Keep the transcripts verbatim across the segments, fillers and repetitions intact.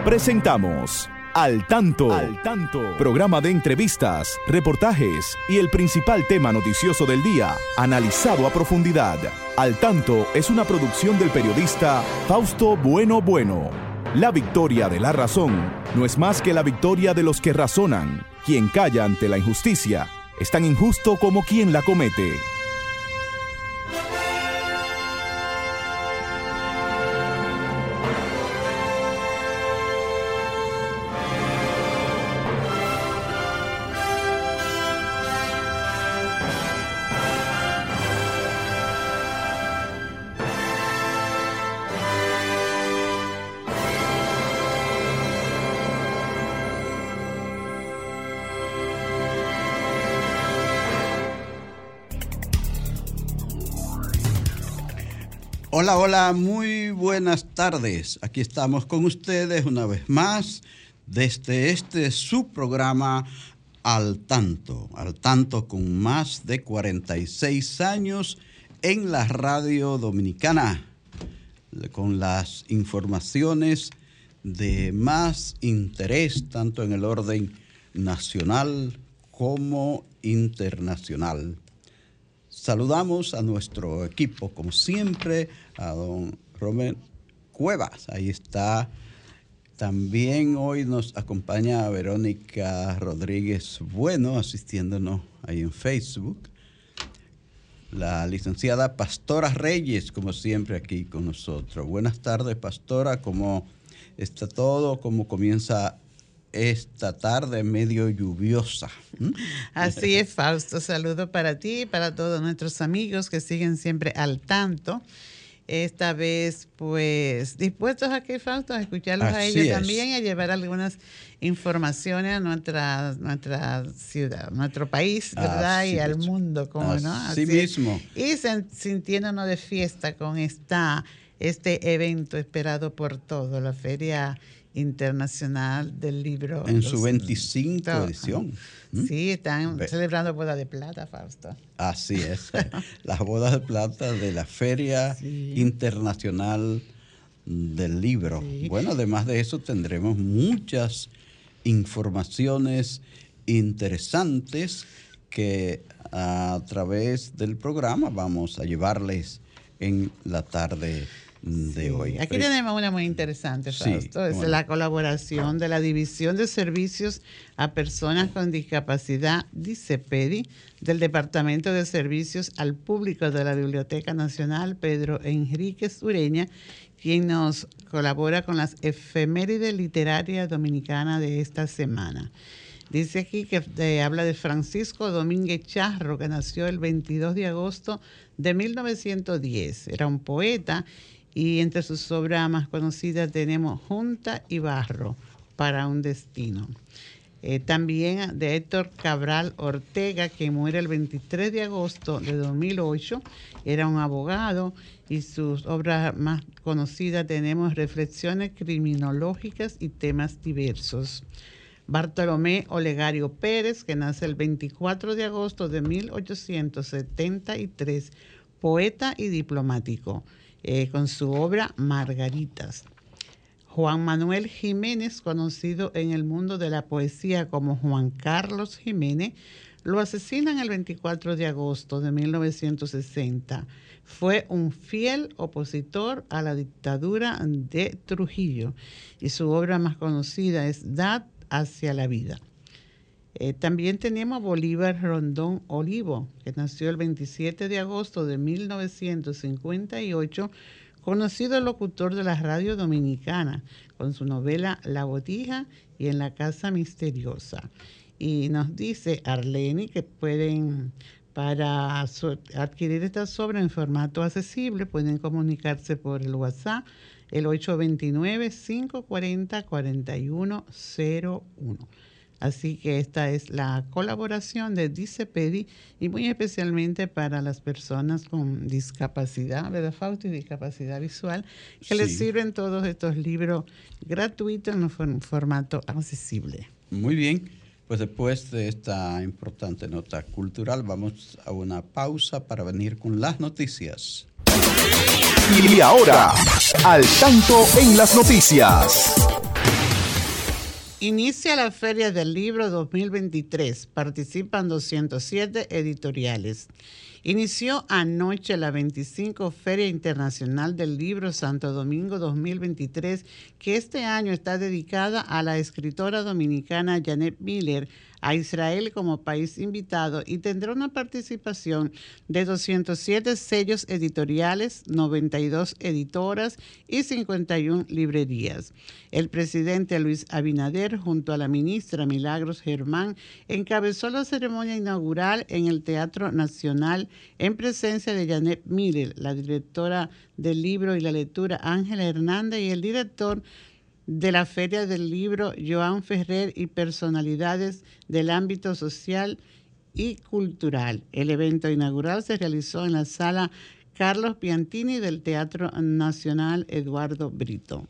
Presentamos Al Tanto, Al Tanto, programa de entrevistas, reportajes y el principal tema noticioso del día, analizado a profundidad. Al Tanto es una producción del periodista Fausto Bueno Bueno. La victoria de la razón no es más que la victoria de los que razonan. Quien calla ante la injusticia es tan injusto como quien la comete. Hola, hola, muy buenas tardes. Aquí estamos con ustedes una vez más desde este su programa Al Tanto. Al Tanto con más de cuarenta y seis años en la radio dominicana, con las informaciones de más interés tanto en el orden nacional como internacional. Saludamos a nuestro equipo, como siempre, a don Romero Cuevas. Ahí está. También hoy nos acompaña Verónica Rodríguez Bueno, asistiéndonos ahí en Facebook. La licenciada Pastora Reyes, como siempre, aquí con nosotros. Buenas tardes, Pastora. ¿Cómo está todo? ¿Cómo comienza esta tarde medio lluviosa? ¿Mm? Así es, Fausto. Saludo para ti y para todos nuestros amigos que siguen siempre al tanto. Esta vez, pues, dispuestos aquí, Fausto, a escucharlos Así a ellos es. también y a llevar algunas informaciones a nuestra, nuestra ciudad, nuestro país, ¿verdad? Así y al es. mundo, ¿cómo no? Así mismo. Es. Y sintiéndonos de fiesta con esta, este evento esperado por todos, la Feria Internacional del Libro. En su veinticinco edición. ¿Mm? Sí, están Ve. celebrando boda de plata, Fausto. Así es, las bodas de plata de la Feria sí. Internacional del Libro. Sí. Bueno, además de eso tendremos muchas informaciones interesantes que a través del programa vamos a llevarles en la tarde de sí. hoy. Aquí tenemos una muy interesante, Fausto. Sí, es bueno. la colaboración de la División de Servicios a Personas con Discapacidad, DICEPEDI, del Departamento de Servicios al Público de la Biblioteca Nacional, Pedro Enríquez Ureña, quien nos colabora con las efemérides literarias dominicanas de esta semana. Dice aquí que eh, habla de Francisco Domínguez Charro, que nació el veintidós de agosto de mil novecientos diez. Era un poeta. Y entre sus obras más conocidas tenemos Junta y Barro, para un destino. Eh, también de Héctor Cabral Ortega, que muere el veintitrés de agosto de dos mil ocho. Era un abogado y sus obras más conocidas tenemos Reflexiones Criminológicas y Temas Diversos. Bartolomé Olegario Pérez, que nace el veinticuatro de agosto de mil ochocientos setenta y tres, poeta y diplomático. Eh, con su obra Margaritas. Juan Manuel Jiménez, conocido en el mundo de la poesía como Juan Carlos Jiménez, lo asesinan el veinticuatro de agosto de mil novecientos sesenta. Fue un fiel opositor a la dictadura de Trujillo y su obra más conocida es Dad hacia la vida. Eh, también tenemos Bolívar Rondón Olivo, que nació el veintisiete de agosto de mil novecientos cincuenta y ocho, conocido locutor de la radio dominicana, con su novela La Botija y En la Casa Misteriosa. Y nos dice Arleni que pueden, para adquirir estas obras en formato accesible, pueden comunicarse por el WhatsApp, el ocho dos nueve, cinco cuatro cero, cuatro uno cero uno. Así que esta es la colaboración de DICEPEDI y muy especialmente para las personas con discapacidad, ¿verdad, Fausto? Y discapacidad visual, que sí. les sirven todos estos libros gratuitos en un formato accesible. Muy bien, pues después de esta importante nota cultural vamos a una pausa para venir con las noticias. Y ahora, al tanto en las noticias. Inicia la Feria del Libro dos mil veintitrés. Participan doscientos siete editoriales. Inició anoche la veinticinco Feria Internacional del Libro Santo Domingo dos mil veintitrés, que este año está dedicada a la escritora dominicana Janet Miller, a Israel como país invitado, y tendrá una participación de doscientos siete sellos editoriales, noventa y dos editoras y cincuenta y una librerías. El presidente Luis Abinader, junto a la ministra Milagros Germán, encabezó la ceremonia inaugural en el Teatro Nacional en presencia de Janet Miller, la directora del libro y la lectura Ángela Hernández y el director de la Feria del Libro Joan Ferrer y personalidades del ámbito social y cultural. El evento inaugural se realizó en la sala Carlos Piantini del Teatro Nacional Eduardo Brito.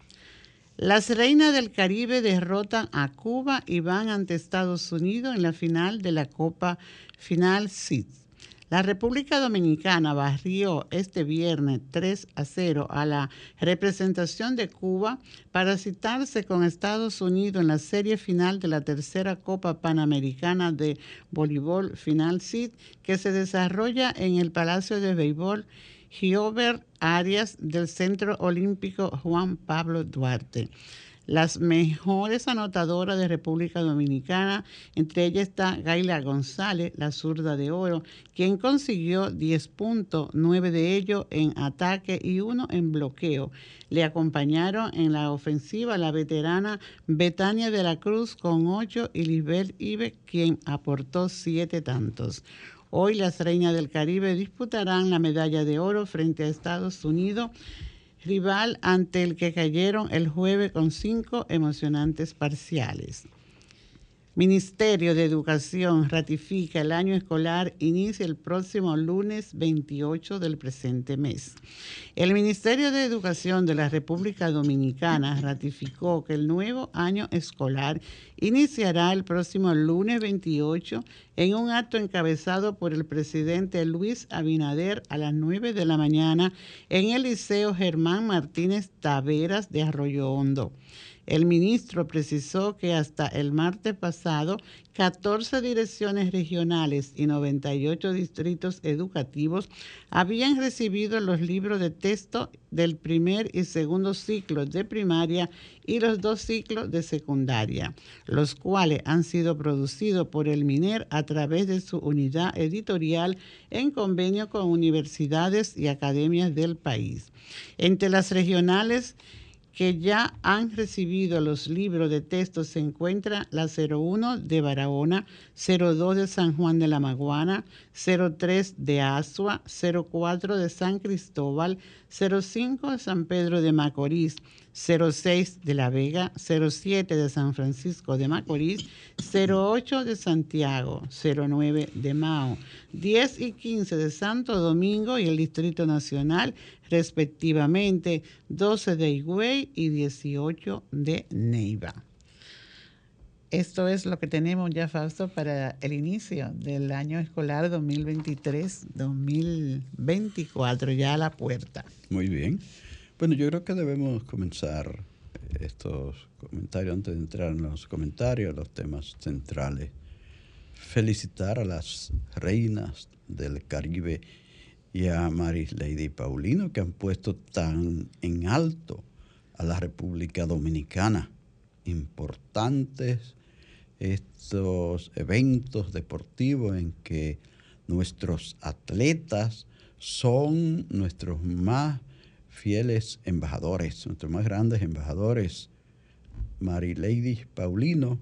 Las reinas del Caribe derrotan a Cuba y van ante Estados Unidos en la final de la Copa Final Seeds. La República Dominicana barrió este viernes tres a cero a la representación de Cuba para citarse con Estados Unidos en la serie final de la tercera Copa Panamericana de Voleibol Final Seed, que se desarrolla en el Palacio de Béisbol Gilbert Arias del Centro Olímpico Juan Pablo Duarte. Las mejores anotadoras de República Dominicana, entre ellas está Gaila González, la zurda de oro, quien consiguió diez puntos, nueve de ellos en ataque y uno en bloqueo. Le acompañaron en la ofensiva la veterana Betania de la Cruz con ocho y Lisbeth Ibe, quien aportó siete tantos. Hoy las reinas del Caribe disputarán la medalla de oro frente a Estados Unidos, rival ante el que cayeron el jueves con cinco emocionantes parciales. Ministerio de Educación ratifica el año escolar, inicia el próximo lunes veintiocho del presente mes. El Ministerio de Educación de la República Dominicana ratificó que el nuevo año escolar iniciará el próximo lunes veintiocho en un acto encabezado por el presidente Luis Abinader a las nueve de la mañana en el Liceo Germán Martínez Taveras de Arroyo Hondo. El ministro precisó que hasta el martes pasado, catorce direcciones regionales y noventa y ocho distritos educativos habían recibido los libros de texto del primer y segundo ciclos de primaria y los dos ciclos de secundaria, los cuales han sido producidos por el MINER a través de su unidad editorial en convenio con universidades y academias del país. Entre las regionales que ya han recibido los libros de texto se encuentra la cero uno de Barahona, cero dos de San Juan de la Maguana, cero tres de Asua, cero cuatro de San Cristóbal, cero cinco de San Pedro de Macorís, cero seis de La Vega, cero siete de San Francisco de Macorís, cero ocho de Santiago, cero nueve de Mao, diez y quince de Santo Domingo y el Distrito Nacional, respectivamente, doce de Higüey y dieciocho de Neiva. Esto es lo que tenemos ya, Fausto, para el inicio del año escolar dos mil veintitrés dos mil veinticuatro, ya a la puerta. Muy bien. Bueno, yo creo que debemos comenzar estos comentarios antes de entrar en los comentarios, los temas centrales. Felicitar a las reinas del Caribe y a Maris Lady Paulino, que han puesto tan en alto a la República Dominicana. Importantes estos eventos deportivos en que nuestros atletas son nuestros más fieles embajadores, nuestros más grandes embajadores. Maris Lady Paulino,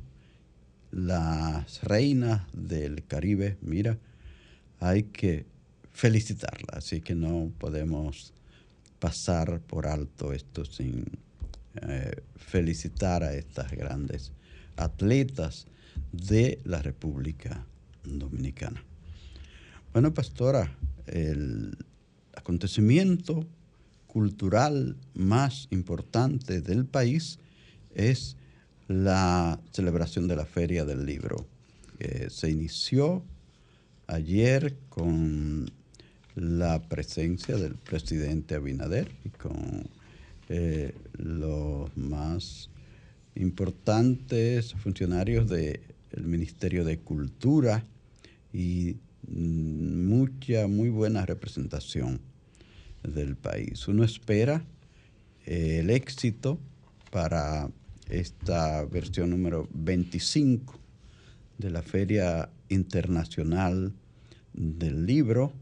las reinas del Caribe, mira, hay que felicitarla, así que no podemos pasar por alto esto sin eh, felicitar a estas grandes atletas de la República Dominicana. Bueno, pastora, el acontecimiento cultural más importante del país es la celebración de la Feria del Libro, que se inició ayer con la presencia del presidente Abinader y con eh, los más importantes funcionarios del Ministerio de Cultura y mucha, muy buena representación del país. Uno espera eh, el éxito para esta versión número veinticinco de la Feria Internacional del Libro,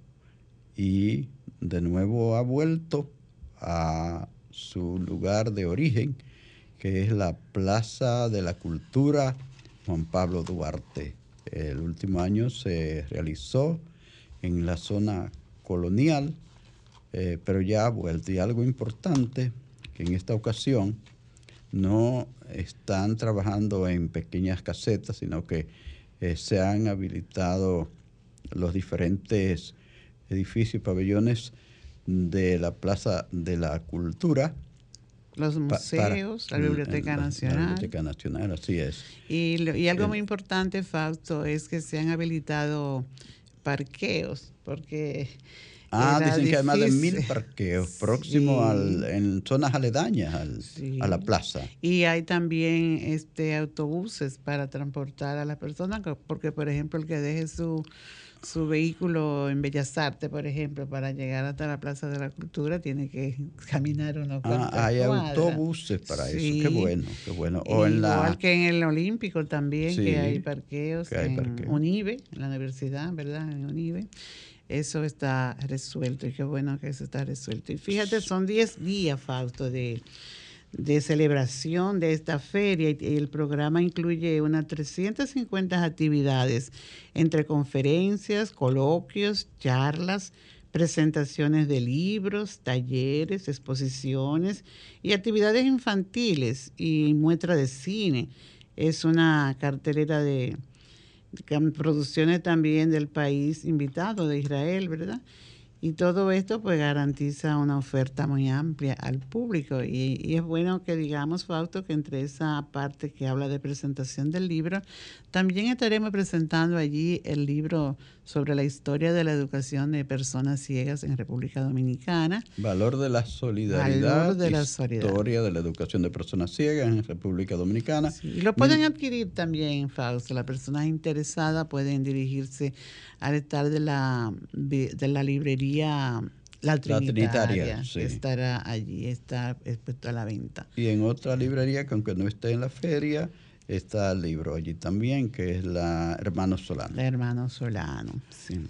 y de nuevo ha vuelto a su lugar de origen, que es la Plaza de la Cultura Juan Pablo Duarte. El último año se realizó en la zona colonial, eh, pero ya ha vuelto. Y algo importante, que en esta ocasión no están trabajando en pequeñas casetas, sino que eh, se han habilitado los diferentes edificios y pabellones de la Plaza de la Cultura. Los museos, para, la Biblioteca la, Nacional. La Biblioteca Nacional, así es. Y, lo, y algo El, muy importante, Fausto, es que se han habilitado parqueos, porque... Ah, dicen difícil. Que hay más de mil parqueos sí. próximos al, en zonas aledañas al, sí. a la plaza. Y hay también este autobuses para transportar a las personas, porque, por ejemplo, el que deje su... su vehículo en Bellas Artes, por ejemplo, para llegar hasta la Plaza de la Cultura, tiene que caminar unos cuantos Ah, hay cuadras. Autobuses para sí. eso. Qué bueno, qué bueno. O en Igual la... que en el Olímpico también, sí, que hay parqueos que hay en parqueo. UNIBE, en la universidad, ¿verdad? En UNIBE. Eso está resuelto y qué bueno que eso está resuelto. Y fíjate, son diez días, Fausto, de... de celebración de esta feria, y el programa incluye unas trescientas cincuenta actividades entre conferencias, coloquios, charlas, presentaciones de libros, talleres, exposiciones y actividades infantiles y muestra de cine. Es una cartelera de, de producciones también del país invitado de Israel, ¿verdad? Y todo esto pues garantiza una oferta muy amplia al público. Y, y es bueno que digamos, Fausto, que entre esa parte que habla de presentación del libro, también estaremos presentando allí el libro sobre la historia de la educación de personas ciegas en República Dominicana. Valor de la solidaridad, Valor de la solidaridad. Historia de la educación de personas ciegas en República Dominicana. Sí, y lo pueden adquirir también, Fausto. Las personas interesadas pueden dirigirse al estar de la, de la librería La Trinitaria, la Trinitaria sí. Estará allí, está expuesto a la venta. Y en otra librería, que aunque no esté en la feria, está el libro allí también, que es la Hermano Solano. La Hermano Solano, sí.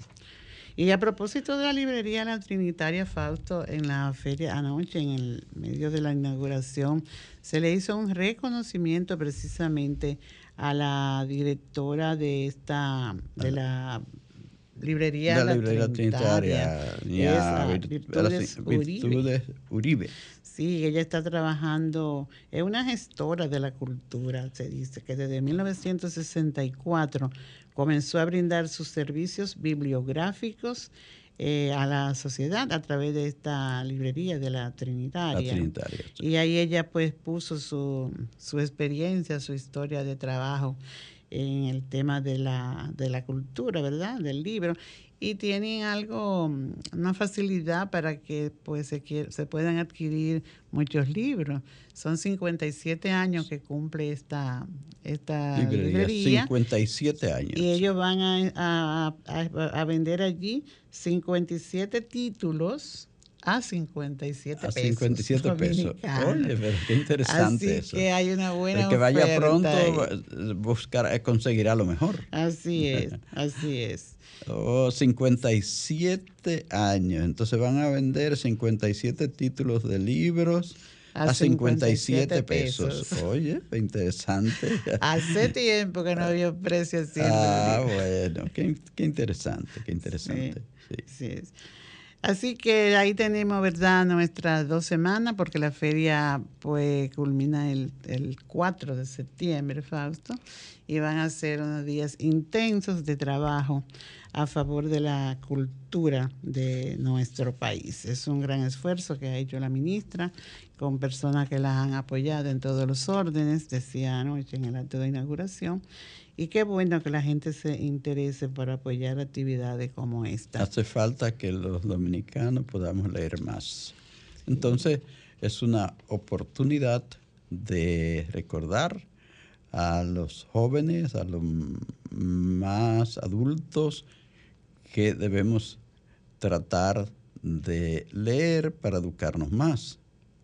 Y a propósito de la librería La Trinitaria, Fausto, en la feria anoche, en el medio de la inauguración, se le hizo un reconocimiento precisamente a la directora de esta, de la librería de la, la librería Trinitaria, Trinitaria es, Virtudes, Virtudes Uribe. Sí, ella está trabajando, es una gestora de la cultura, se dice, que desde mil novecientos sesenta y cuatro comenzó a brindar sus servicios bibliográficos eh, a la sociedad a través de esta librería de la Trinitaria. La Trinitaria sí. Y ahí ella pues puso su, su experiencia, su historia de trabajo en el tema de la, de la cultura, ¿verdad? Del libro. Y tienen algo, una facilidad para que pues se, quier, se puedan adquirir muchos libros. Son cincuenta y siete años que cumple esta, esta librería, librería. cincuenta y siete años. Y ellos van a, a, a, a vender allí cincuenta y siete títulos a cincuenta y siete pesos. A cincuenta y siete pesos. Oye, pero qué interesante Así eso. que hay una buena El que vaya oferta pronto ahí. buscar, conseguirá lo mejor. Así es, así es. Oh, cincuenta y siete años. Entonces van a vender cincuenta y siete títulos de libros a, a cincuenta y siete pesos. pesos. Oye, interesante. Hace tiempo que no había precio así. Ah, bueno, qué, qué interesante, qué interesante. Sí, sí. sí es. Así que ahí tenemos, ¿verdad?, nuestras dos semanas, porque la feria pues culmina el, el cuatro de septiembre, Fausto, y van a ser unos días intensos de trabajo a favor de la cultura de nuestro país. Es un gran esfuerzo que ha hecho la ministra con personas que las han apoyado en todos los órdenes, decía anoche en el acto de inauguración. Y qué bueno que la gente se interese por apoyar actividades como esta. Hace falta que los dominicanos podamos leer más. Entonces, es una oportunidad de recordar a los jóvenes, a los más adultos, que debemos tratar de leer para educarnos más,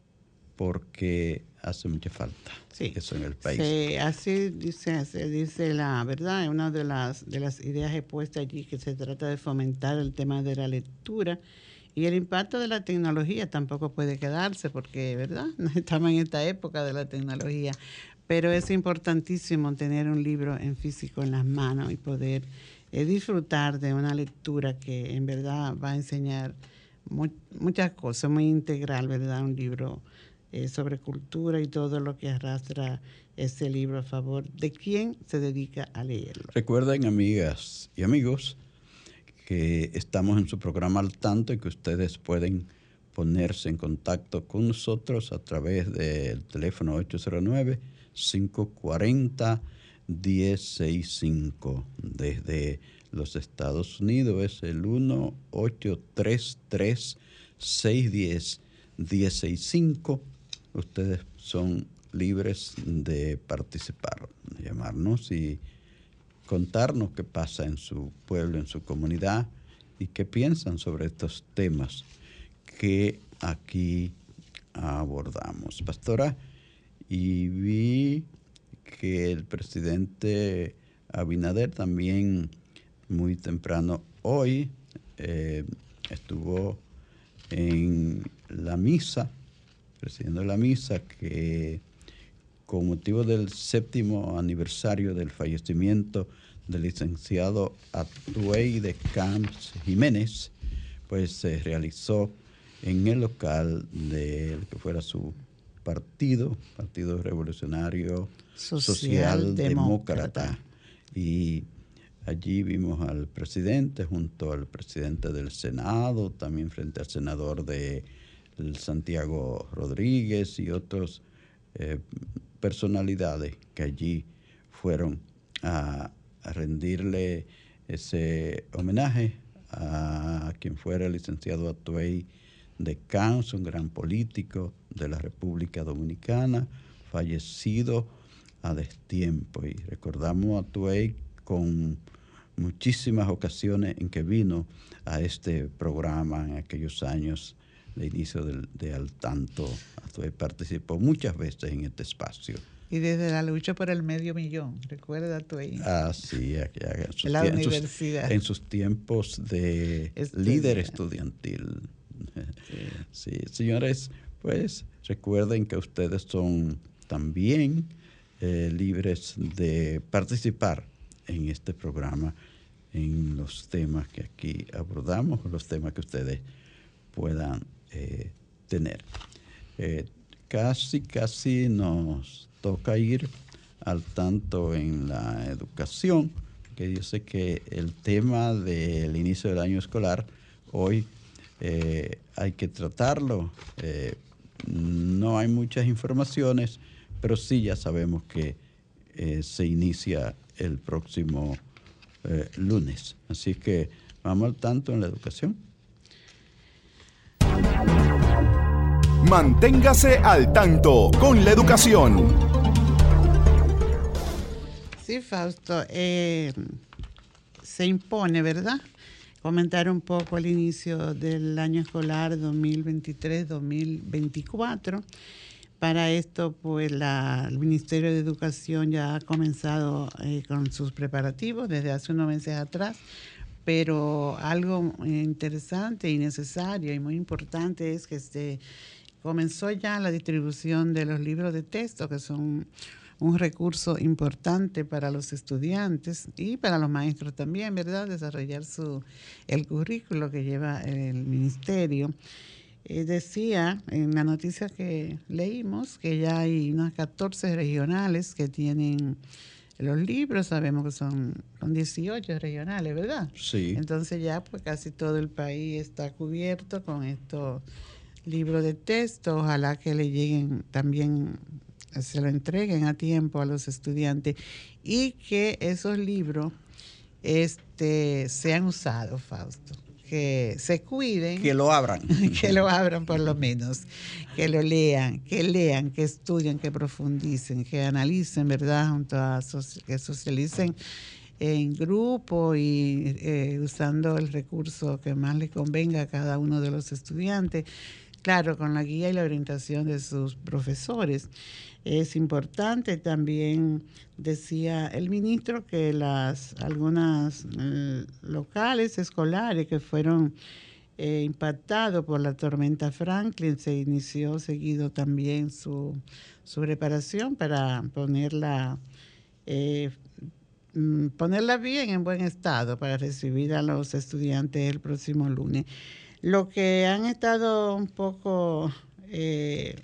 porque hace mucha falta sí. eso en el país. Sí, así dice, se dice la verdad, una de las, de las ideas expuestas allí, que se trata de fomentar el tema de la lectura. Y el impacto de la tecnología tampoco puede quedarse porque, ¿verdad? Estamos en esta época de la tecnología, pero es importantísimo tener un libro en físico en las manos y poder eh, disfrutar de una lectura que en verdad va a enseñar mu- muchas cosas, muy integral, ¿verdad? Un libro eh, sobre cultura y todo lo que arrastra ese libro a favor de quien se dedica a leerlo. Recuerden, amigas y amigos, que estamos en su programa Al Tanto y que ustedes pueden ponerse en contacto con nosotros a través del teléfono ocho cero nueve, cinco cuatro cero, uno cero seis cinco. Desde los Estados Unidos es el uno ocho tres tres, seis uno cero, uno cero seis cinco. Ustedes son libres de participar, de llamarnos y contarnos qué pasa en su pueblo, en su comunidad y qué piensan sobre estos temas que aquí abordamos. Pastora, y vi que el presidente Abinader también muy temprano hoy eh, estuvo en la misa, presidiendo la misa que con motivo del séptimo aniversario del fallecimiento del licenciado Atuey de Camps Jiménez, pues se realizó en el local del que fuera su partido, Partido Revolucionario Socialdemócrata. Y allí vimos al presidente junto al presidente del Senado, también frente al senador de Santiago Rodríguez y otros eh, personalidades que allí fueron a, a rendirle ese homenaje a quien fuera el licenciado Atuey de Camps, un gran político de la República Dominicana, fallecido a destiempo. Y recordamos a Atuey con muchísimas ocasiones en que vino a este programa en aquellos años de inicio de, de Al Tanto. Atuey participó muchas veces en este espacio. Y desde la lucha por el medio millón, recuerda Atuey. Ah, sí, en, sus la tie- universidad. En sus, en sus tiempos de Estudia. líder estudiantil. Sí. Sí, señores, pues recuerden que ustedes son también eh, libres de participar en este programa, en los temas que aquí abordamos, los temas que ustedes puedan eh, tener. Eh, casi, casi nos toca ir al tanto en la educación, que yo sé que el tema del inicio del año escolar hoy eh, hay que tratarlo. Eh, no hay muchas informaciones, pero sí ya sabemos que eh, se inicia el próximo eh, lunes. Así que vamos al tanto en la educación. Manténgase al tanto con la educación. Sí, Fausto, eh, se impone, ¿verdad?, comentar un poco el inicio del año escolar dos mil veintitrés dos mil veinticuatro. Para esto, pues la, el Ministerio de Educación ya ha comenzado eh, con sus preparativos desde hace unos meses atrás, pero algo interesante y necesario y muy importante es que se comenzó ya la distribución de los libros de texto, que son un recurso importante para los estudiantes y para los maestros también, ¿verdad? Desarrollar su, el currículo que lleva el ministerio. Eh, decía en la noticia que leímos que ya hay unas catorce regionales que tienen los libros, sabemos que son, son dieciocho regionales, ¿verdad? Sí. Entonces ya pues casi todo el país está cubierto con estos libros de texto. Ojalá que le lleguen también, se lo entreguen a tiempo a los estudiantes y que esos libros este, sean usados, Fausto. Que se cuiden. Que lo abran. Que lo abran por lo menos. Que lo lean, que lean, que estudien, que profundicen, que analicen, ¿verdad? Junto a que socialicen en grupo y eh, usando el recurso que más les convenga a cada uno de los estudiantes. Claro, con la guía y la orientación de sus profesores. Es importante también, decía el ministro, que las algunas eh, locales escolares que fueron eh, impactados por la tormenta Franklin, se inició seguido también su, su reparación para ponerla, eh, ponerla bien, en buen estado, para recibir a los estudiantes el próximo lunes. Lo que han estado un poco eh,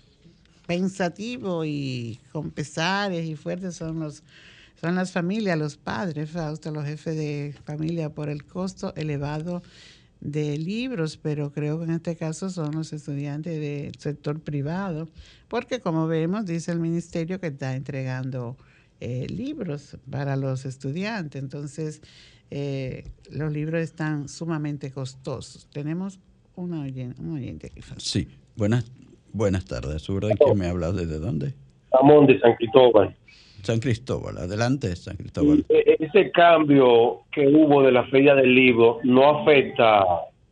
pensativos y con pesares y fuertes son los son las familias, los padres, Fausto, los jefes de familia, por el costo elevado de libros, pero creo que en este caso son los estudiantes del sector privado, porque como vemos, dice el ministerio que está entregando eh, libros para los estudiantes, entonces Eh, los libros están sumamente costosos. Tenemos una oyente, un oyente aquí. Sí, buenas, buenas tardes. ¿Su verdad que me habla desde dónde? Ramón de San Cristóbal. San Cristóbal, adelante, San Cristóbal. Y ese cambio que hubo de la Feria del Libro no afecta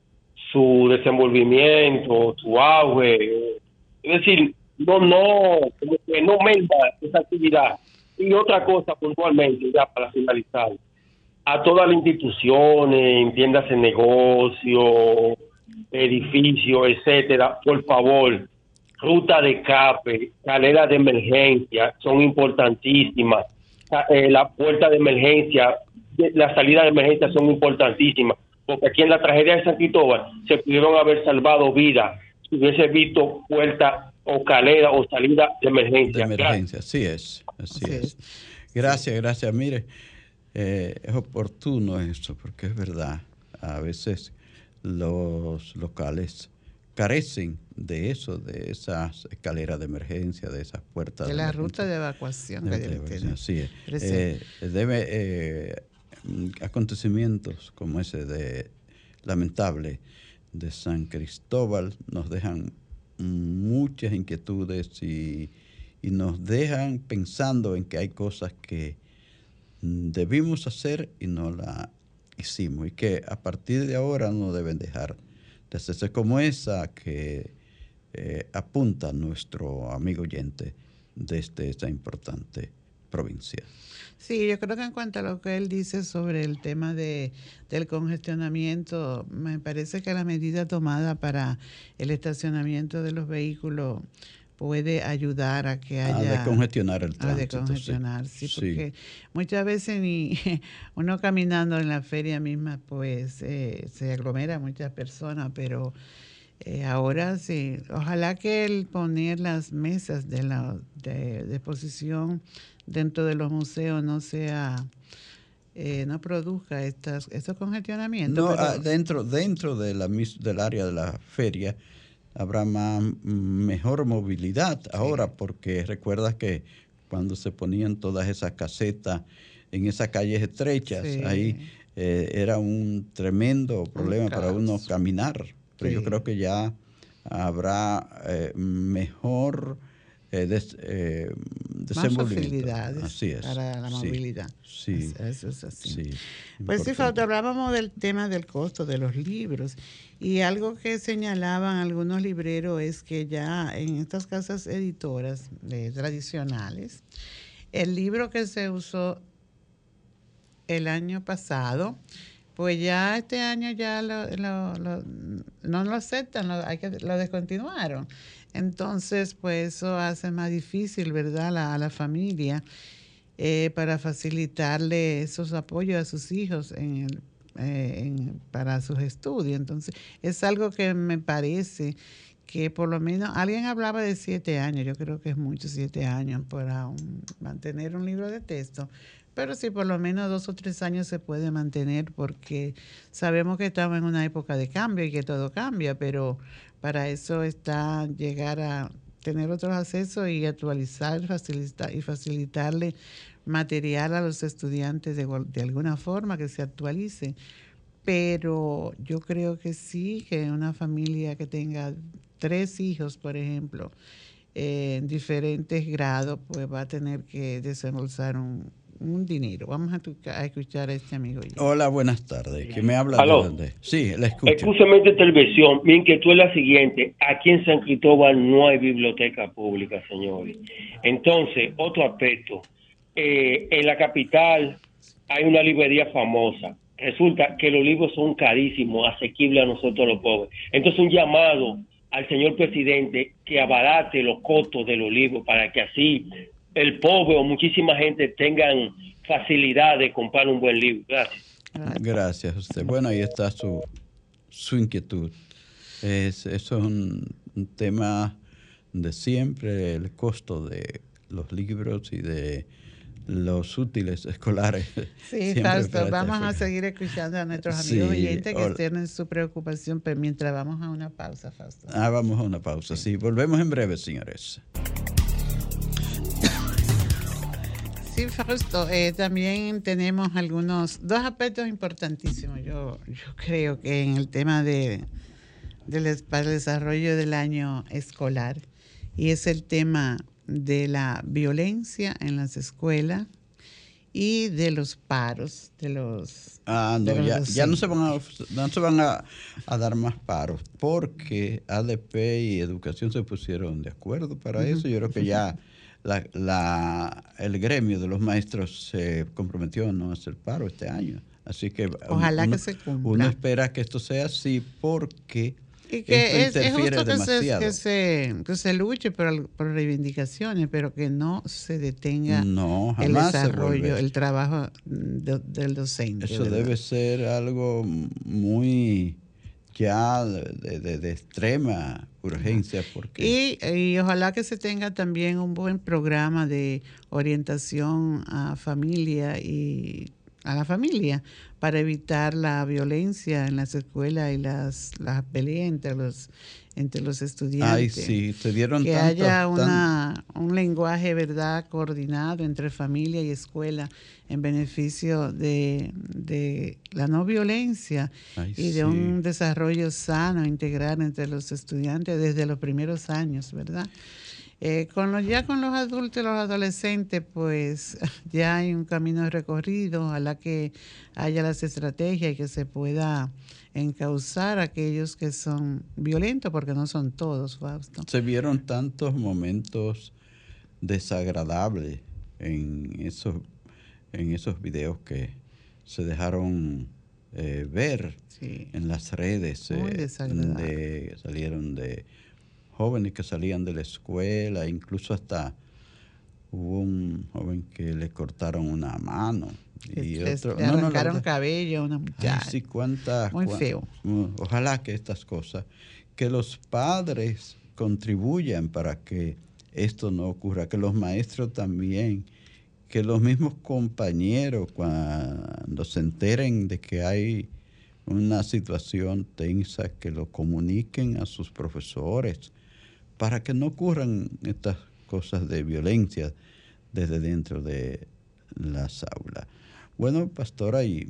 su desenvolvimiento, su auge. Es decir, no, no, como que no merma esa actividad. Y otra cosa puntualmente, ya para finalizar. A todas las instituciones, tiendas de negocio, edificios, etcétera, por favor, ruta de escape, escaleras de emergencia, son importantísimas. Eh, la puerta de emergencia, la salida de emergencia son importantísimas, porque aquí en la tragedia de San Cristóbal se pudieron haber salvado vidas si hubiese visto puerta o escalera o salida de emergencia. De emergencia, así es, así sí. es. Gracias, gracias. Mire, Eh, es oportuno eso, porque es verdad, a veces los locales carecen de eso, de esas escaleras de emergencia, de esas puertas. De, de la emergencia. ruta de evacuación de, que de debe tener. Así es. Eh, debe, eh, acontecimientos como ese de lamentable de San Cristóbal nos dejan muchas inquietudes y, y nos dejan pensando en que hay cosas que debimos hacer y no la hicimos, y que a partir de ahora no deben dejar de hacerse, como esa que eh, apunta nuestro amigo oyente desde esta importante provincia. Sí, yo creo que en cuanto a lo que él dice sobre el tema de, del congestionamiento, me parece que la medida tomada para el estacionamiento de los vehículos puede ayudar a que haya... A descongestionar el tránsito. A descongestionar, sí, sí, porque sí. muchas veces ni uno caminando en la feria misma, pues eh, se aglomera muchas personas, pero eh, ahora sí, ojalá que el poner las mesas de la de, de exposición dentro de los museos no sea... Eh, no produzca estas, estos congestionamientos. No, pero... ah, dentro, dentro de la, del área de la feria habrá más, mejor movilidad ahora, sí. Porque recuerdas que cuando se ponían todas esas casetas en esas calles estrechas, sí. ahí eh, era un tremendo problema un para uno caminar. Pero sí. Yo creo que ya habrá eh, mejor eh, des, eh, desenvolvimiento. Más facilidades así es, para la movilidad. Sí, eso es así. Sí, pues sí, Fausto, hablábamos del tema del costo de los libros. Y algo que señalaban algunos libreros es que ya en estas casas editoras eh, tradicionales, el libro que se usó el año pasado, pues ya este año ya lo, lo, lo, no lo aceptan, lo, hay que, lo descontinuaron. Entonces, pues eso hace más difícil, ¿verdad?, la, a la familia eh, para facilitarle esos apoyos a sus hijos en el Eh, en, para sus estudios. Entonces, es algo que me parece que por lo menos, alguien hablaba de siete años, yo creo que es mucho siete años para un, mantener un libro de texto, pero sí por lo menos dos o tres años se puede mantener, porque sabemos que estamos en una época de cambio y que todo cambia, pero para eso está llegar a tener otros accesos y actualizar facilitar, y facilitarle material a los estudiantes de, de alguna forma, que se actualice. Pero yo creo que sí, que una familia que tenga tres hijos, por ejemplo, eh, en diferentes grados, pues va a tener que desembolsar un, un dinero. Vamos a, tu, a escuchar a este amigo. Hola, buenas tardes. ¿Qué me habla? ¿Aló? De dónde? Sí, la escucho. Escúchame de televisión. Mi inquietud es la siguiente. Aquí en San Cristóbal no hay biblioteca pública, señores. Entonces, otro aspecto. Eh, en la capital hay una librería famosa. Resulta que los libros son carísimos, asequibles a nosotros los pobres. Entonces, un llamado al señor presidente que abarate los costos de los libros para que así el pobre o muchísima gente tengan facilidad de comprar un buen libro. Gracias. Gracias a usted. Bueno, ahí está su, su inquietud. Es, eso es un, un tema de siempre, el costo de los libros y de los útiles escolares. Sí, Fausto, vamos a seguir escuchando a nuestros amigos sí, oyentes que hola. tienen su preocupación, pero mientras vamos a una pausa, Fausto. Ah, vamos a una pausa, sí. sí. Volvemos en breve, señores. Sí, Fausto, eh, también tenemos algunos, dos aspectos importantísimos, yo, yo creo que en el tema de, de para el desarrollo del año escolar, y es el tema de la violencia en las escuelas y de los paros, de los... Ah, no, ya, ya no se van, a, no se van a, a dar más paros, porque A D P y Educación se pusieron de acuerdo para uh-huh. eso. Yo creo que ya la, la, el gremio de los maestros se comprometió a no hacer paro este año. Así que ojalá uno, que se cumpla. Uno espera que esto sea así, porque... Y que es, es justo que se, que, se, que se luche por, por reivindicaciones, pero que no se detenga no, el desarrollo, el trabajo de, del docente. Eso ¿verdad? Debe ser algo muy ya de, de, de extrema urgencia. Porque... Y, y ojalá que se tenga también un buen programa de orientación a familia y a la familia para evitar la violencia en las escuelas y las, las peleas entre los entre los estudiantes. Ay, sí, se dieron que tantos, haya una, tan... un lenguaje, ¿verdad?, coordinado entre familia y escuela en beneficio de, de la no violencia. Ay, y de sí. un desarrollo sano, integral entre los estudiantes desde los primeros años, ¿verdad? Eh, con los, ya con los adultos y los adolescentes, pues ya hay un camino recorrido, ojalá que haya las estrategias y que se pueda encauzar a aquellos que son violentos, porque no son todos, Fausto. Se vieron tantos momentos desagradables en esos, en esos videos que se dejaron eh, ver sí. en las redes, Muy eh, desagradable. de, salieron de jóvenes que salían de la escuela, incluso hasta hubo un joven que le cortaron una mano. Y les, otro, le no, arrancaron no, no, cabello a una muchacha. Ay, sí, cuántas, Muy cuántas, feo. Ojalá que estas cosas, que los padres contribuyan para que esto no ocurra, que los maestros también, que los mismos compañeros cuando se enteren de que hay una situación tensa, que lo comuniquen a sus profesores, para que no ocurran estas cosas de violencia desde dentro de las aulas. Bueno, pastora, y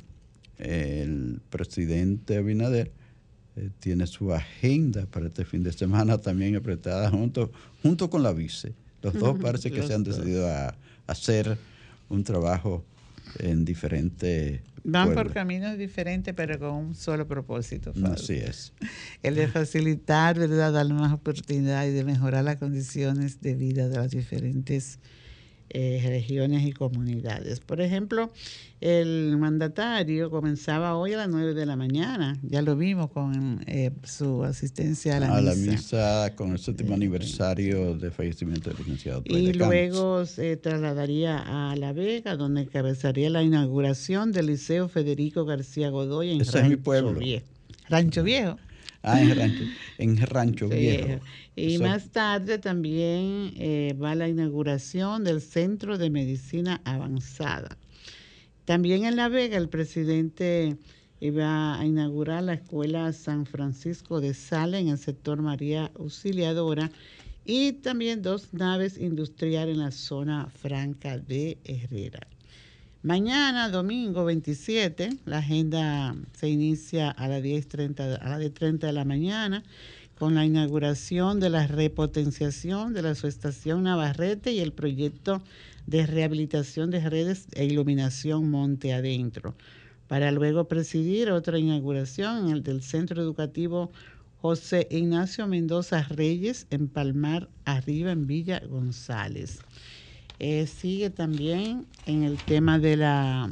el presidente Abinader eh, tiene su agenda para este fin de semana también apretada junto, junto con la vice. Los dos parece que se han decidido a, a hacer un trabajo en diferentes Van pueblos. por caminos diferentes, pero con un solo propósito. Fausto. Así es. El de facilitar, ¿verdad?, darle más oportunidades y de mejorar las condiciones de vida de las diferentes eh, regiones y comunidades. Por ejemplo, el mandatario comenzaba hoy a las nueve de la mañana, ya lo vimos con eh, su asistencia a la a misa. A la misa con el séptimo eh, aniversario de fallecimiento del licenciado. Y luego se trasladaría a La Vega, donde encabezaría la inauguración del Liceo Federico García Godoy en Ese Rancho es mi pueblo. Viejo. Rancho Viejo. Ah, en Rancho, en Rancho sí. Viejo. Y Eso. Más tarde también eh, va la inauguración del Centro de Medicina Avanzada. También en La Vega el presidente iba a inaugurar la Escuela San Francisco de Sales en el sector María Auxiliadora y también dos naves industriales en la zona franca de Herrera. Mañana, domingo veintisiete, la agenda se inicia a las diez treinta, a las diez treinta de la mañana con la inauguración de la repotenciación de la subestación Navarrete y el proyecto de rehabilitación de redes e iluminación Monte Adentro, para luego presidir otra inauguración en el del Centro Educativo José Ignacio Mendoza Reyes en Palmar Arriba, en Villa González. Eh, sigue también en el tema de la,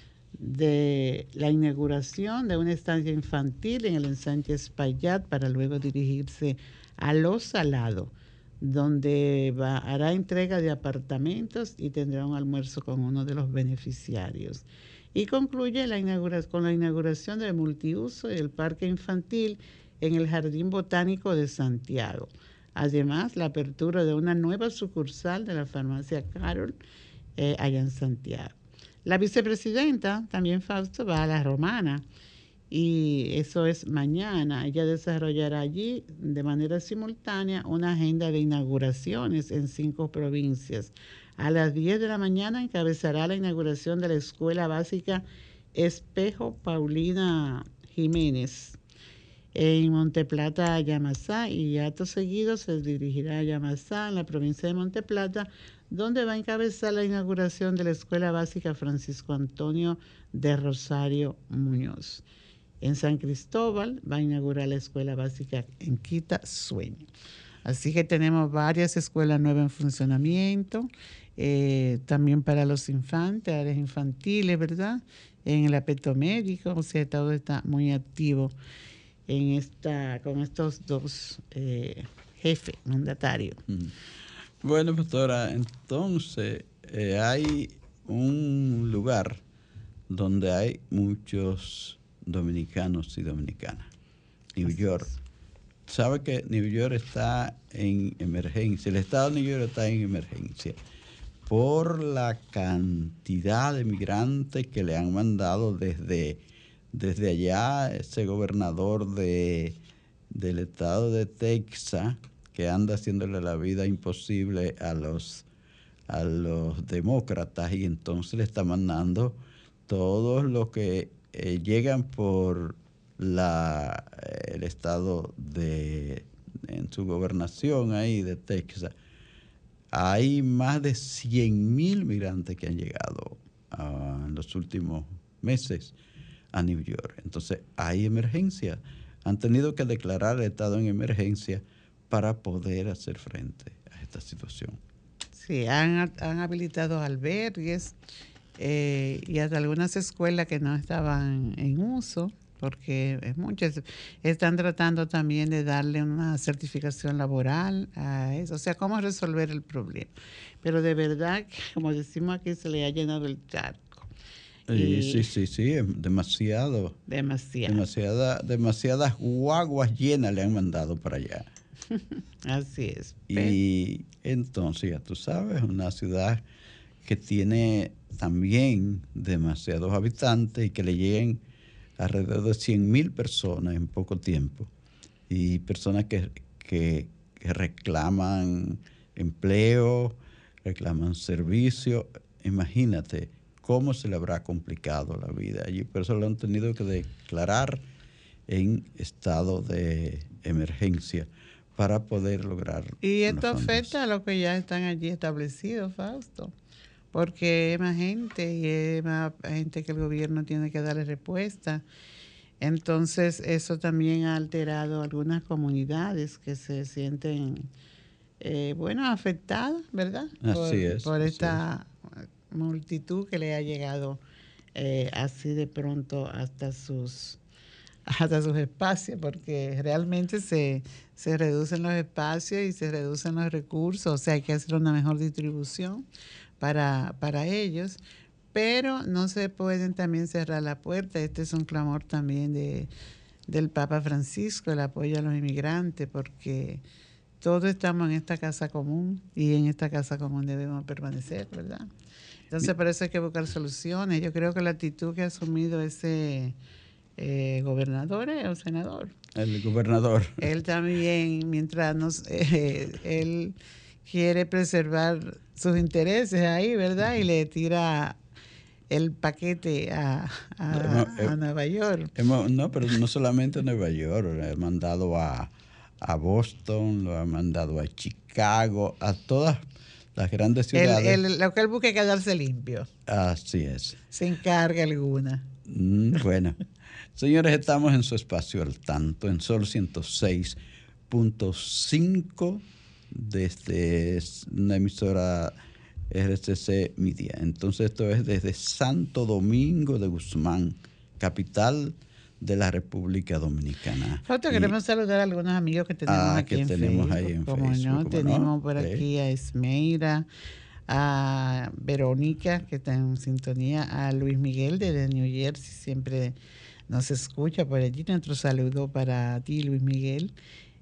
de la inauguración de una estancia infantil en el ensanche Espaillat para luego dirigirse a Los Salados, donde va, hará entrega de apartamentos y tendrá un almuerzo con uno de los beneficiarios. Y concluye la inauguración, con la inauguración del multiuso del parque infantil en el Jardín Botánico de Santiago. Además, la apertura de una nueva sucursal de la farmacia Carol eh, allá en Santiago. La vicepresidenta, también Fausto, va a La Romana y eso es mañana. Ella desarrollará allí de manera simultánea una agenda de inauguraciones en cinco provincias. A las diez de la mañana encabezará la inauguración de la Escuela Básica Espejo Paulina Jiménez en Monteplata, Yamasá, y acto seguido se dirigirá a Yamasá, en la provincia de Monteplata, donde va a encabezar la inauguración de la Escuela Básica Francisco Antonio de Rosario Muñoz. En San Cristóbal va a inaugurar la Escuela Básica en Quita Sueño. Así que tenemos varias escuelas nuevas en funcionamiento, eh, también para los infantes, áreas infantiles, ¿verdad? En el aspecto médico, o sea, todo está muy activo en esta, con estos dos eh, jefes mandatarios. Bueno, pastora, entonces eh, hay un lugar donde hay muchos dominicanos y dominicanas, New Así York. Es. Sabe que New York está en emergencia, el estado de New York está en emergencia por la cantidad de migrantes que le han mandado desde Desde allá, ese gobernador de, del estado de Texas, que anda haciéndole la vida imposible a los, a los demócratas, y entonces le está mandando todos los que eh, llegan por la, el estado de, en su gobernación ahí de Texas. Hay más de cien mil migrantes que han llegado uh, en los últimos meses a New York. Entonces hay emergencia. Han tenido que declarar el estado en emergencia para poder hacer frente a esta situación. Sí, han, han habilitado albergues eh, y hasta algunas escuelas que no estaban en uso, porque es muchas están tratando también de darle una certificación laboral a eso, o sea, cómo resolver el problema. Pero de verdad, como decimos aquí, se le ha llenado el charco. Y sí, sí, sí, demasiado. Demasiado. Demasiada, demasiadas guaguas llenas le han mandado para allá. Así es. Y entonces, ya tú sabes, una ciudad que tiene también demasiados habitantes y que le lleguen alrededor de cien mil personas en poco tiempo. Y personas que, que, que reclaman empleo, reclaman servicio. Imagínate cómo se le habrá complicado la vida allí. Por eso lo han tenido que declarar en estado de emergencia para poder lograr. Y esto afecta a los que ya están allí establecidos, Fausto, porque es más gente y es más gente que el gobierno tiene que darle respuesta. Entonces eso también ha alterado algunas comunidades que se sienten, eh, bueno, afectadas, ¿verdad? Así por, es. Por así esta es. multitud que le ha llegado eh, así de pronto hasta sus hasta sus espacios, porque realmente se, se reducen los espacios y se reducen los recursos, o sea, hay que hacer una mejor distribución para, para ellos, pero no se pueden también cerrar la puerta. Este es un clamor también de, del Papa Francisco, el apoyo a los inmigrantes, porque todos estamos en esta casa común y en esta casa común debemos permanecer, ¿verdad? Entonces, por eso hay que buscar soluciones. Yo creo que la actitud que ha asumido ese eh, gobernador eh, o senador. El gobernador. Él también, mientras nos, eh, él quiere preservar sus intereses ahí, ¿verdad? Y le tira el paquete a, a, a Nueva York. Hemos, no, pero no solamente a Nueva York, lo ha mandado a, a Boston, lo ha mandado a Chicago, a todas las grandes ciudades. El, el, lo que él busca es quedarse limpio. Así es. Sin carga alguna. Mm, bueno, señores, estamos en su espacio al tanto, en Sol ciento seis punto cinco, desde una emisora R C C Media. Entonces esto es desde Santo Domingo de Guzmán, capital de la República Dominicana. Nosotros queremos saludar a algunos amigos que tenemos ah, aquí que en tenemos Facebook. Ahí en como Facebook, no, ¿cómo tenemos no? por Sí. aquí a Esmeira, a Verónica, que está en sintonía, a Luis Miguel desde New Jersey, siempre nos escucha por allí. Nuestro saludo para ti, Luis Miguel.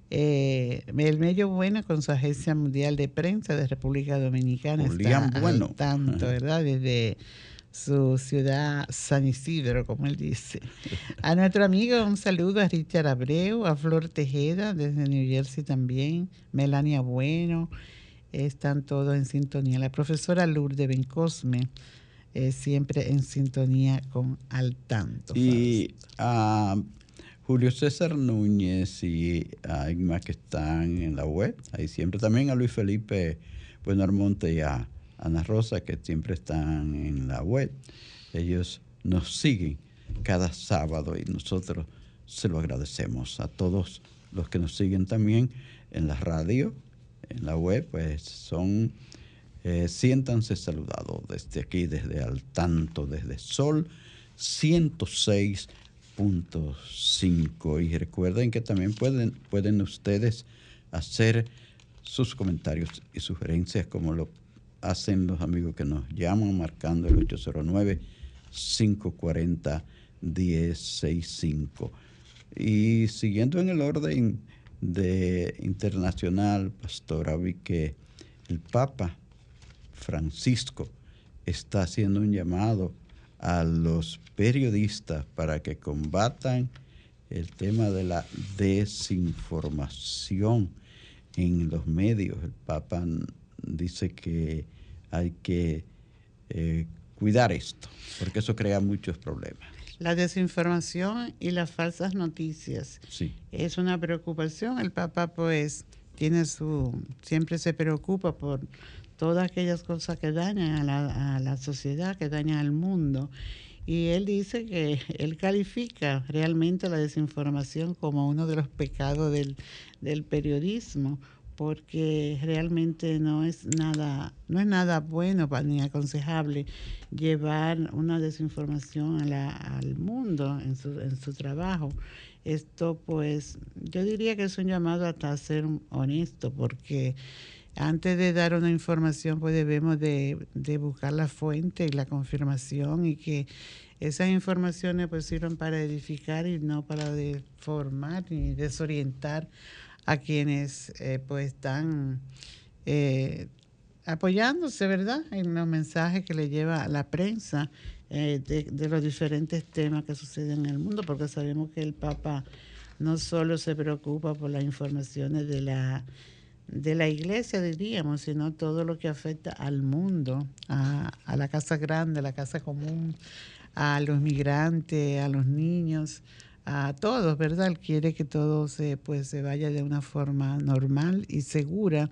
Eh, el Medio Bueno, con su Agencia Mundial de Prensa de República Dominicana, Julián está Bueno. al tanto, ¿verdad? Desde su ciudad San Isidro, como él dice. A nuestro amigo, un saludo a Richard Abreu, a Flor Tejeda, desde New Jersey también, Melania Bueno, están todos en sintonía. La profesora Lourdes Bencosme, eh, siempre en sintonía con Al Tanto. Y a uh, Julio César Núñez y a Igma, que están en la web, ahí siempre. También a Luis Felipe Bueno Armonte y a Ana Rosa, que siempre están en la web. Ellos nos siguen cada sábado y nosotros se lo agradecemos. A todos los que nos siguen también en la radio, en la web, pues son, eh, siéntanse saludados desde aquí, desde Al Tanto, desde Sol ciento seis punto cinco. Y recuerden que también pueden, pueden ustedes hacer sus comentarios y sugerencias como lo hacen los amigos que nos llaman marcando el ocho cero nueve, cinco cuatro cero, uno cero seis cinco. Y siguiendo en el orden de internacional, pastora, vi que el Papa Francisco está haciendo un llamado a los periodistas para que combatan el tema de la desinformación en los medios. El Papa dice que hay que eh, cuidar esto, porque eso crea muchos problemas. La desinformación y las falsas noticias sí. es una preocupación. El Papa pues tiene su, siempre se preocupa por todas aquellas cosas que dañan a la, a la sociedad, que dañan al mundo. Y él dice que él califica realmente la desinformación como uno de los pecados del, del periodismo, porque realmente no es nada, no es nada bueno ni aconsejable llevar una desinformación a la, al mundo en su, en su trabajo. Esto pues yo diría que es un llamado hasta a ser honesto, porque antes de dar una información pues debemos de, de buscar la fuente y la confirmación, y que esas informaciones pues sirvan para edificar y no para deformar ni desorientar a quienes eh, pues están eh, apoyándose, ¿verdad?, en los mensajes que le lleva la prensa eh, de, de los diferentes temas que suceden en el mundo, porque sabemos que el Papa no solo se preocupa por las informaciones de la de la iglesia, diríamos, sino todo lo que afecta al mundo, a, a la casa grande, a la casa común, a los migrantes, a los niños, a todos, ¿verdad? Él quiere que todo se, pues, se vaya de una forma normal y segura,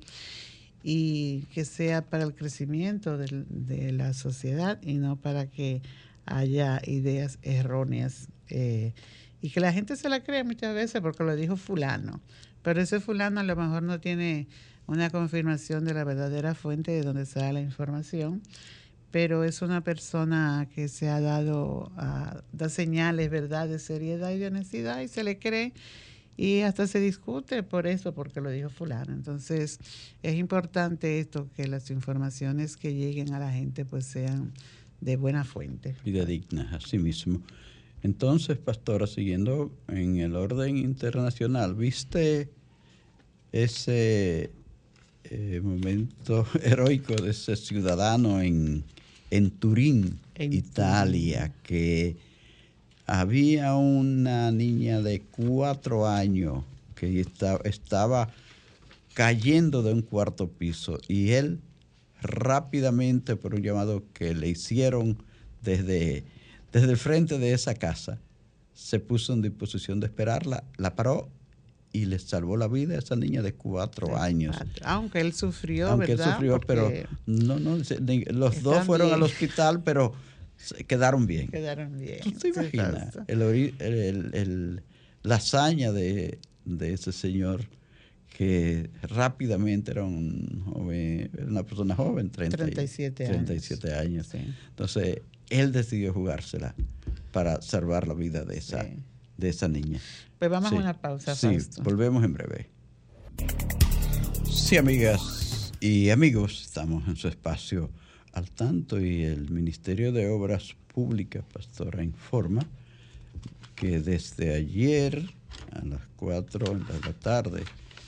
y que sea para el crecimiento de, de la sociedad y no para que haya ideas erróneas eh, y que la gente se la crea muchas veces porque lo dijo fulano, pero ese fulano a lo mejor no tiene una confirmación de la verdadera fuente de donde sale la información, pero es una persona que se ha dado a dar señales, ¿verdad?, de seriedad y de honestidad, y se le cree, y hasta se discute por eso, porque lo dijo fulano. Entonces es importante esto, que las informaciones que lleguen a la gente pues sean de buena fuente. Y de dignas, así mismo. Entonces, pastora, siguiendo en el orden internacional, ¿viste ese eh, momento heroico de ese ciudadano en, en Turín, en Italia, Turín, que había una niña de cuatro años que estaba, estaba cayendo de un cuarto piso y él rápidamente, por un llamado que le hicieron desde, desde el frente de esa casa, se puso en disposición de esperarla, la paró y le salvó la vida a esa niña de cuatro de años. Cuatro. Aunque él sufrió, Aunque ¿verdad? él sufrió, Porque pero no, no, los dos fueron bien. al hospital, pero quedaron bien. Quedaron bien. ¿Tú te imaginas el, el, el, el, la hazaña de, de ese señor que rápidamente era un joven, era una persona joven, treinta, treinta y siete años. treinta y siete años. Sí. Entonces, él decidió jugársela para salvar la vida de esa, sí. de esa niña. Pues vamos sí. a una pausa, Sí, Fausto. Volvemos en breve. Sí, amigas y amigos, estamos en su espacio Al Tanto y el Ministerio de Obras Públicas, Pastora, informa que desde ayer a las cuatro de la tarde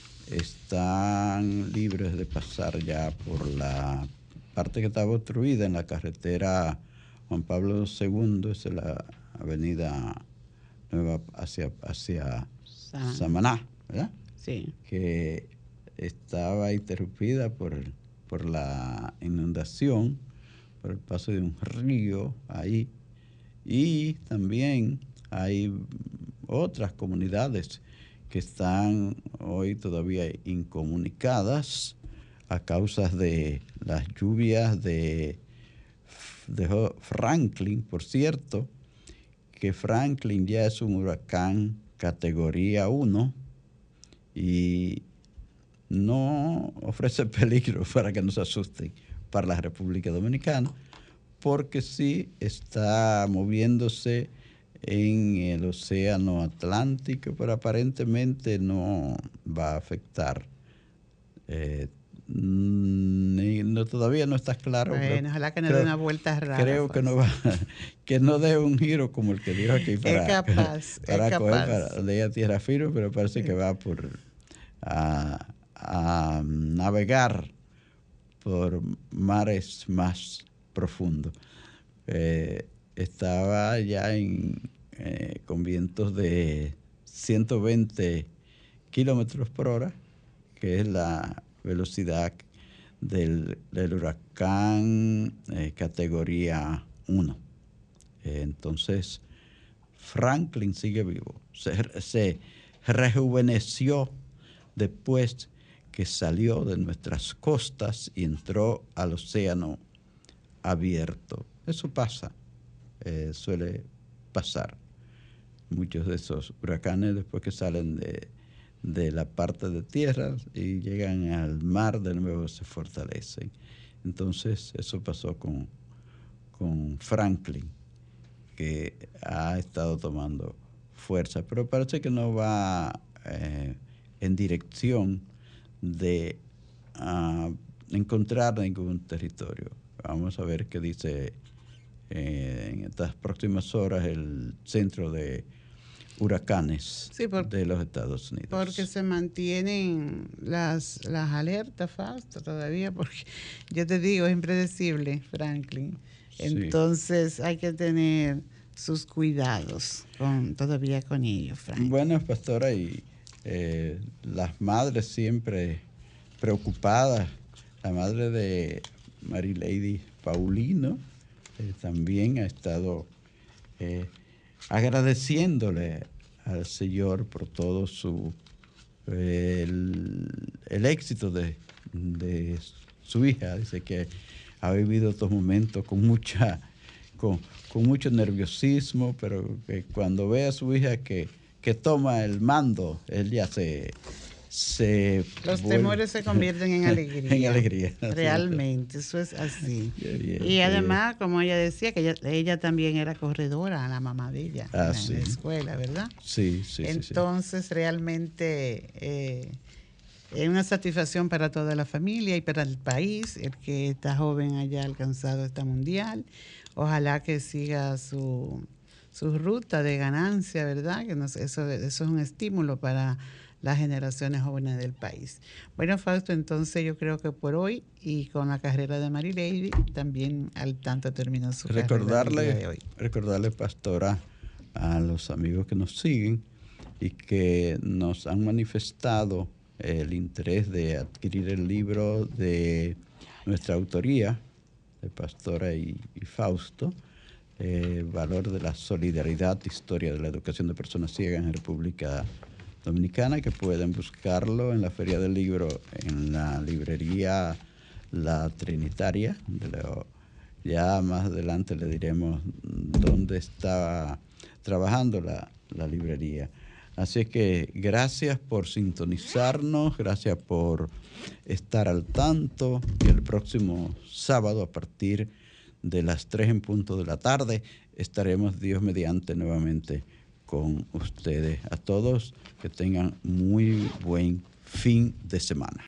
están libres de pasar ya por la parte que estaba obstruida en la carretera Juan Pablo segundo, es la avenida Nueva hacia, hacia San. Samaná, ¿verdad? Sí. Que estaba interrumpida por, por la inundación, por el paso de un río ahí. Y también hay otras comunidades que están hoy todavía incomunicadas a causa de las lluvias de, de Franklin. Por cierto, que Franklin ya es un huracán categoría uno y no ofrece peligro para que no se asusten para la República Dominicana, porque sí está moviéndose en el océano Atlántico, pero aparentemente no va a afectar. Eh, no, todavía no está claro. Bueno, pero ojalá que no creo, dé una vuelta rara. Creo pues. que no va, que no dé un giro como el que dio aquí para, es capaz, para es coger capaz. para de a tierra firme, pero parece sí. que va por a, a navegar por mares más profundos. Eh, estaba ya en, eh, con vientos de ciento veinte kilómetros por hora, que es la velocidad del, del huracán eh, categoría uno. Eh, entonces, Franklin sigue vivo. Se, se rejuveneció después que salió de nuestras costas y entró al océano abierto. Eso pasa, eh, suele pasar. Muchos de esos huracanes, después que salen de, de la parte de tierra y llegan al mar, de nuevo se fortalecen. Entonces, eso pasó con, con Franklin, que ha estado tomando fuerza, pero parece que no va eh, en dirección de uh, encontrar ningún territorio. Vamos a ver qué dice eh, en estas próximas horas el Centro de Huracanes sí, por, de los Estados Unidos. Porque se mantienen las, las alertas, Fausto, todavía, porque yo te digo, es impredecible, Franklin. Entonces sí. hay que tener sus cuidados con, todavía con ellos, Franklin. Bueno, pastora, y eh, las madres siempre preocupadas, la madre de Marilady Paulino eh, también ha estado eh, agradeciéndole al Señor por todo su eh, el, el éxito de, de su hija. Dice que ha vivido estos momentos con mucha con, con mucho nerviosismo, pero que cuando ve a su hija que, que toma el mando, él ya se se los vuelve, temores se convierten en alegría. En alegría. Realmente, eso es así. Qué bien, y además, bien. Como ella decía, que ella, ella también era corredora, la mamá de ella, ah, en, sí. la escuela, ¿verdad? Sí, sí. Entonces, sí, sí. realmente eh, es una satisfacción para toda la familia y para el país, el que esta joven haya alcanzado esta mundial. Ojalá que siga su, su ruta de ganancia, ¿verdad? Que nos, eso, eso es un estímulo para las generaciones jóvenes del país. Bueno, Fausto, entonces yo creo que por hoy y con la carrera de Marilady también Al Tanto terminó su recordarle, carrera del día de hoy. Recordarle, pastora, a los amigos que nos siguen y que nos han manifestado el interés de adquirir el libro de nuestra autoría, de Pastora y, y Fausto, eh, Valor de la Solidaridad, Historia de la Educación de Personas Ciegas en República Dominicana, que pueden buscarlo en la Feria del Libro, en la librería La Trinitaria. De lo, ya más adelante le diremos dónde está trabajando la, la librería. Así que gracias por sintonizarnos, gracias por estar al tanto, y el próximo sábado a partir de las tres en punto de la tarde estaremos, Dios mediante, nuevamente con ustedes. A todos que tengan muy buen fin de semana.